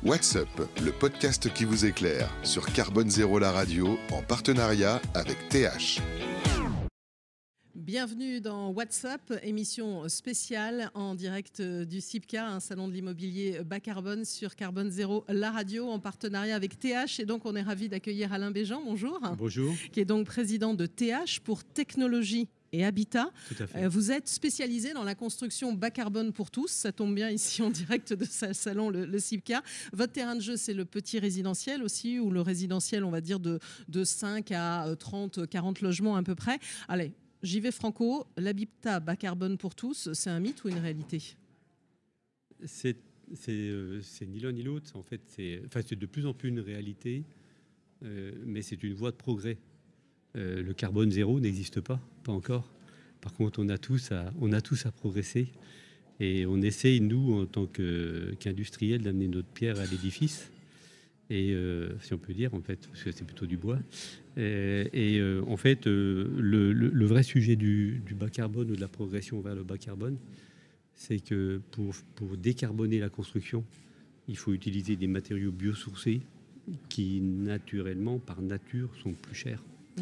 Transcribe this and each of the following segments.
What's Up, le podcast qui vous éclaire sur Carbone Zéro la radio en partenariat avec TH. Bienvenue dans What's Up, émission spéciale en direct du CIPCA, un salon de l'immobilier bas carbone sur Carbone Zéro la radio en partenariat avec TH. Et donc on est ravis d'accueillir Alain Béjean, bonjour. Bonjour. Qui est donc président de TH pour Technologie et Habitat. Tout à fait. Vous êtes spécialisé dans la construction bas carbone pour tous. Ça tombe bien ici en direct de ce salon, le CIPCA. Votre terrain de jeu, c'est le petit résidentiel aussi, ou le résidentiel, on va dire, de 5 à 30, 40 logements à peu près. Allez, j'y vais franco. L'habitat bas carbone pour tous, c'est un mythe ou une réalité ? C'est ni l'un ni l'autre. En fait, c'est de plus en plus une réalité, mais c'est une voie de progrès. Le carbone zéro n'existe pas encore. Par contre, on a tous à progresser. Et on essaye, nous, en tant qu'industriels, d'amener notre pierre à l'édifice. Et si on peut dire, en fait, parce que c'est plutôt du bois. En fait, le vrai sujet du bas carbone ou de la progression vers le bas carbone, c'est que pour décarboner la construction, il faut utiliser des matériaux biosourcés qui, naturellement, par nature, sont plus chers.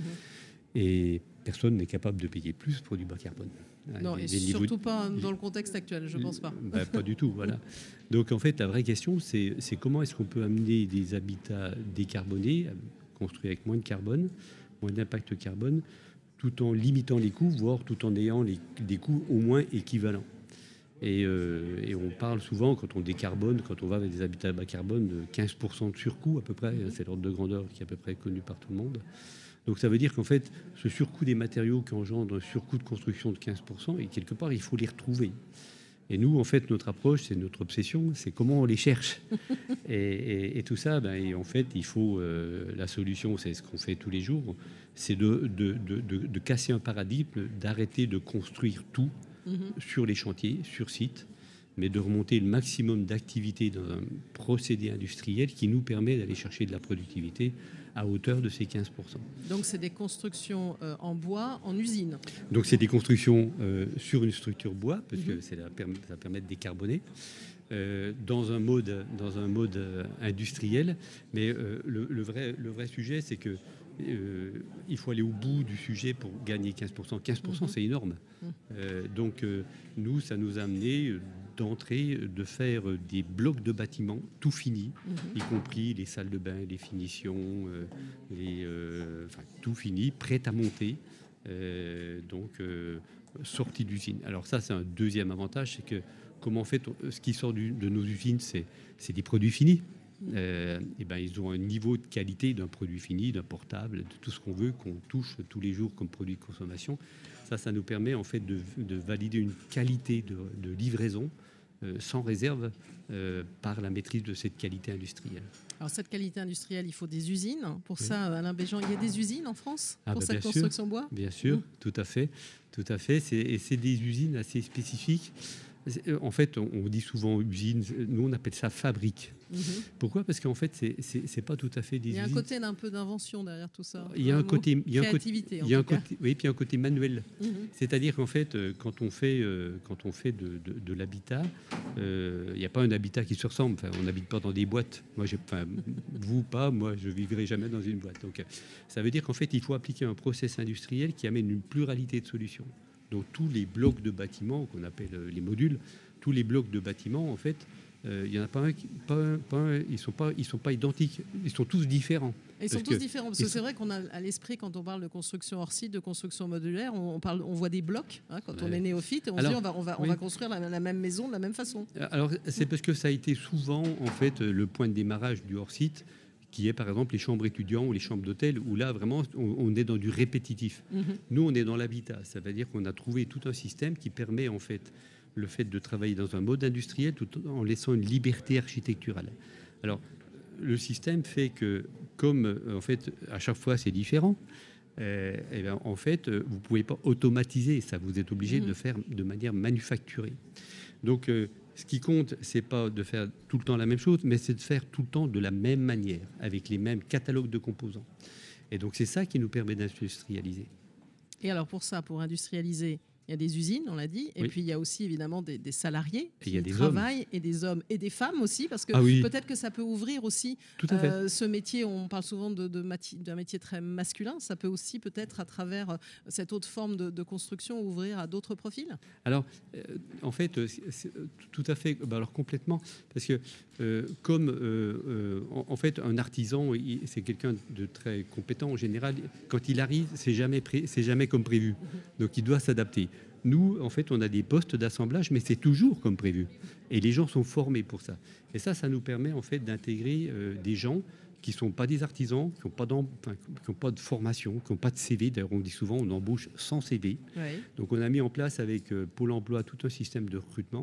Et personne n'est capable de payer plus pour du bas carbone. Non, et surtout pas dans le contexte actuel, je ne pense pas. Pas du tout, voilà. Donc en fait, la vraie question, c'est comment est-ce qu'on peut amener des habitats décarbonés, construits avec moins de carbone, moins d'impact carbone, tout en limitant les coûts, voire tout en ayant des coûts au moins équivalents. Et on parle souvent, quand on décarbone, quand on va avec des habitats bas carbone, de 15% de surcoût à peu près. C'est l'ordre de grandeur qui est à peu près connu par tout le monde. Donc ça veut dire qu'en fait, ce surcoût des matériaux qui engendre un surcoût de construction de 15%, et quelque part, il faut les retrouver. Et nous, en fait, notre approche, c'est notre obsession, c'est comment on les cherche. Et tout ça, et en fait, il faut... la solution, c'est ce qu'on fait tous les jours, c'est de casser un paradigme, d'arrêter de construire tout sur les chantiers, sur site, mais de remonter le maximum d'activité dans un procédé industriel qui nous permet d'aller chercher de la productivité à hauteur de ces 15%. Donc c'est des constructions en bois, en usine. Donc c'est des constructions sur une structure bois, parce que ça permet de décarboner, dans un mode industriel. Mais le vrai sujet, c'est que il faut aller au bout du sujet pour gagner 15%. 15%, c'est énorme. Donc nous, ça nous a amené d'entrer, de faire des blocs de bâtiments tout finis, y compris les salles de bain, les finitions, tout fini, prêt à monter, sortie d'usine. Alors ça, c'est un deuxième avantage, c'est que comment en fait, ce qui sort de nos usines, c'est des produits finis. Ils ont un niveau de qualité d'un produit fini, d'un portable, de tout ce qu'on veut, qu'on touche tous les jours comme produit de consommation. Ça nous permet en fait de valider une qualité de livraison sans réserve par la maîtrise de cette qualité industrielle. Alors cette qualité industrielle, il faut des usines. Pour ça, Alain Béjean, il y a des usines en France pour cette bien construction sûr, bois ? Bien sûr, tout à fait. C'est des usines assez spécifiques. En fait, on dit souvent usine, nous on appelle ça fabrique. Pourquoi ? Parce qu'en fait, c'est pas tout à fait des usines. Il y a un côté d'un peu d'invention derrière tout ça. Il y a un côté créativité. Puis il y a un côté manuel. C'est-à-dire qu'en fait, quand on fait de l'habitat, il n'y a pas un habitat qui se ressemble. Enfin, on n'habite pas dans des boîtes. Moi, vous pas, moi, je vivrai jamais dans une boîte. Donc, ça veut dire qu'en fait, il faut appliquer un process industriel qui amène une pluralité de solutions. Donc tous les blocs de bâtiments qu'on appelle les modules, tous les blocs de bâtiments, en fait, il n'y en a pas un, ils sont pas identiques, ils sont tous différents. Et ils sont tous différents, parce que c'est vrai qu'on a à l'esprit, quand on parle de construction hors site, de construction modulaire, on voit des blocs, quand on est néophyte, et on se dit on va construire la même maison de la même façon. Alors c'est parce que ça a été souvent, en fait, le point de démarrage du hors site, qui est par exemple les chambres étudiants ou les chambres d'hôtel, où là vraiment on est dans du répétitif. Nous on est dans l'habitat, ça veut dire qu'on a trouvé tout un système qui permet en fait le fait de travailler dans un mode industriel tout en laissant une liberté architecturale. Alors le système fait que comme en fait à chaque fois c'est différent, en fait vous pouvez pas automatiser ça, vous êtes obligé de faire de manière manufacturée. Donc ce qui compte, c'est pas de faire tout le temps la même chose, mais c'est de faire tout le temps de la même manière, avec les mêmes catalogues de composants. Et donc c'est ça qui nous permet d'industrialiser. Et alors pour ça, pour industrialiser, il y a des usines, on l'a dit, et Oui. puis il y a aussi évidemment des salariés Et il y a qui des travaillent, et des hommes et des femmes aussi, parce que Oui, peut-être que ça peut ouvrir aussi tout à fait. ce métier. On parle souvent d'un métier très masculin, ça peut aussi peut-être à travers cette autre forme de construction ouvrir à d'autres profils. Alors, en fait, c'est tout à fait, alors complètement, parce que comme en fait un artisan, c'est quelqu'un de très compétent en général. Quand il arrive, c'est jamais comme prévu, donc il doit s'adapter. Nous, en fait, on a des postes d'assemblage, mais c'est toujours comme prévu, et les gens sont formés pour ça. Et ça nous permet en fait d'intégrer des gens qui ne sont pas des artisans, qui n'ont pas de formation, qui n'ont pas de CV. D'ailleurs, on dit souvent on embauche sans CV. Ouais. Donc on a mis en place avec Pôle emploi tout un système de recrutement.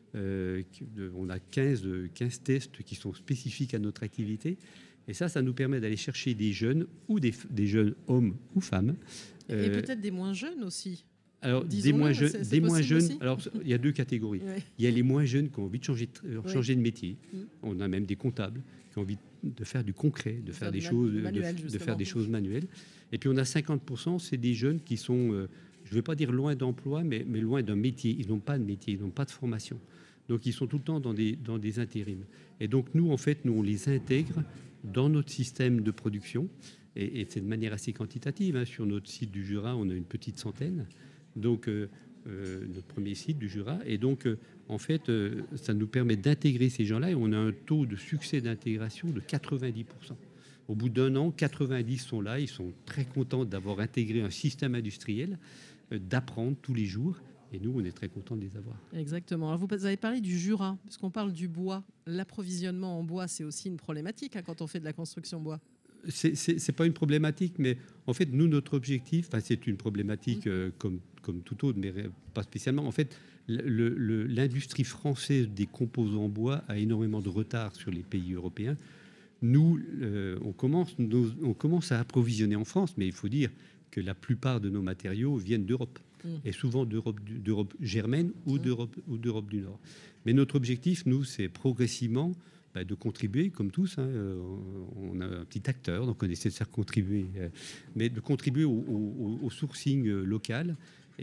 On a 15 tests qui sont spécifiques à notre activité. Et ça nous permet d'aller chercher des jeunes ou des jeunes hommes ou femmes. Et peut-être des moins jeunes aussi. Alors, Disons-le, des moins jeunes, aussi. alors il y a deux catégories. Ouais. Il y a les moins jeunes qui ont envie de changer de métier. Mm. On a même des comptables qui ont envie de faire du concret, de faire des du choses, manuel, de faire des justement. choses manuelles. Et puis on a 50%, c'est des jeunes qui sont, je ne vais pas dire loin d'emploi, mais loin d'un métier. Ils n'ont pas de métier, ils n'ont pas de formation. Donc ils sont tout le temps dans des intérims. Et donc nous, en fait, on les intègre dans notre système de production. Et c'est de manière assez quantitative. Hein. Sur notre site du Jura, on a une petite centaine. Donc, notre premier site du Jura. Et donc, en fait, ça nous permet d'intégrer ces gens-là. Et on a un taux de succès d'intégration de 90%. Au bout d'un an, 90 sont là. Ils sont très contents d'avoir intégré un système industriel, d'apprendre tous les jours. Et nous, on est très contents de les avoir. Exactement. Alors vous avez parlé du Jura, puisqu'on parle du bois. L'approvisionnement en bois, c'est aussi une problématique quand on fait de la construction bois. C'est pas une problématique, mais en fait, nous, notre objectif, c'est une problématique comme tout autre, mais pas spécialement. En fait, l'industrie française des composants bois a énormément de retard sur les pays européens. Nous, on commence à approvisionner en France, mais il faut dire que la plupart de nos matériaux viennent d'Europe, et souvent d'Europe germaine ou d'Europe du Nord. Mais notre objectif, nous, c'est progressivement de contribuer, comme tous, hein, on a un petit acteur, donc on essaie de faire contribuer, mais de contribuer au sourcing local,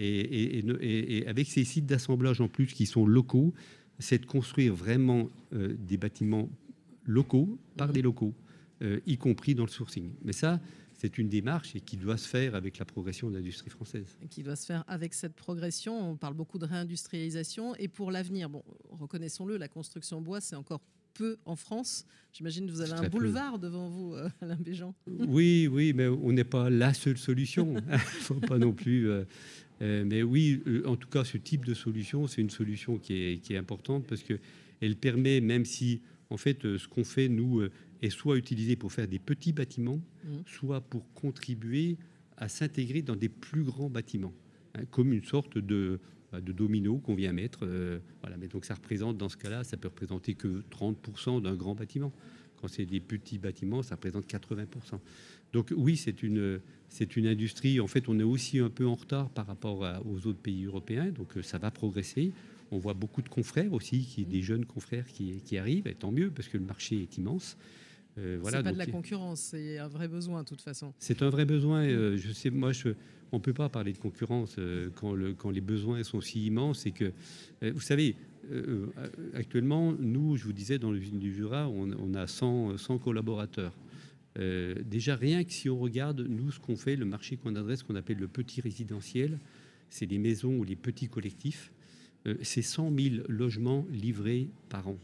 et avec ces sites d'assemblage en plus qui sont locaux, c'est de construire vraiment des bâtiments locaux par des locaux, y compris dans le sourcing. Mais ça, c'est une démarche et qui doit se faire avec la progression de l'industrie française. Qui doit se faire avec cette progression. On parle beaucoup de réindustrialisation. Et pour l'avenir, bon, reconnaissons-le, la construction bois, c'est encore peu en France. J'imagine que vous avez un boulevard devant vous, Alain Béjean. Oui, mais on n'est pas la seule solution. Il ne faut pas non plus... mais oui, en tout cas, ce type de solution, c'est une solution qui est importante parce qu'elle permet, même si, en fait, ce qu'on fait, nous, est soit utilisé pour faire des petits bâtiments, soit pour contribuer à s'intégrer dans des plus grands bâtiments, hein, comme une sorte de domino qu'on vient mettre. Voilà. Mais donc ça représente, dans ce cas-là, ça peut représenter que 30% d'un grand bâtiment. Quand c'est des petits bâtiments, ça représente 80%. Donc oui, c'est une industrie. En fait, on est aussi un peu en retard par rapport aux autres pays européens. Donc ça va progresser. On voit beaucoup de confrères aussi, des jeunes confrères qui arrivent. Et tant mieux, parce que le marché est immense. Voilà, c'est pas de la concurrence, c'est un vrai besoin de toute façon. C'est un vrai besoin. Je sais, moi, on ne peut pas parler de concurrence quand les besoins sont si immenses. Et que, vous savez, actuellement, nous, je vous disais, dans l'usine du Jura, on a 100 collaborateurs. Déjà, rien que si on regarde, nous, ce qu'on fait, le marché qu'on adresse, qu'on appelle le petit résidentiel, c'est les maisons ou les petits collectifs. C'est 100 000 logements livrés par an.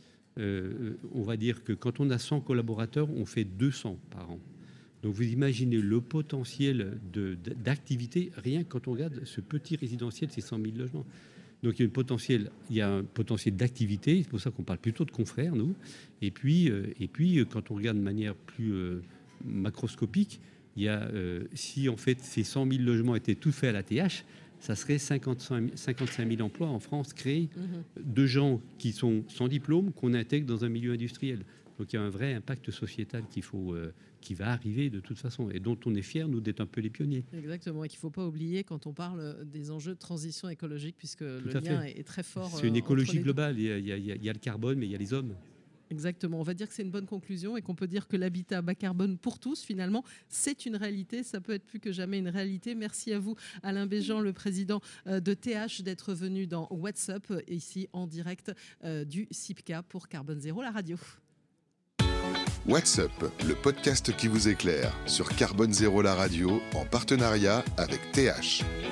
On va dire que quand on a 100 collaborateurs, on fait 200 par an. Donc vous imaginez le potentiel d'activité, rien que quand on regarde ce petit résidentiel, c'est 100 000 logements. Donc il y a un potentiel d'activité, c'est pour ça qu'on parle plutôt de confrères, nous. Et puis quand on regarde de manière plus macroscopique, il y a, si en fait ces 100 000 logements étaient tous faits à la TH, ça serait 55 000 emplois en France créés de gens qui sont sans diplôme, qu'on intègre dans un milieu industriel. Donc il y a un vrai impact sociétal qui va arriver de toute façon et dont on est fiers, nous, d'être un peu les pionniers. Exactement, et qu'il ne faut pas oublier quand on parle des enjeux de transition écologique, puisque le lien est très fort. C'est une écologie globale, il y a le carbone, mais il y a les hommes. Exactement. On va dire que c'est une bonne conclusion et qu'on peut dire que l'habitat bas carbone pour tous, finalement, c'est une réalité. Ça peut être plus que jamais une réalité. Merci à vous, Alain Béjean, le président de TH, d'être venu dans WhatsApp, ici en direct du CIPCA pour Carbone Zéro, la radio. WhatsApp, le podcast qui vous éclaire sur Carbone Zéro, la radio, en partenariat avec TH.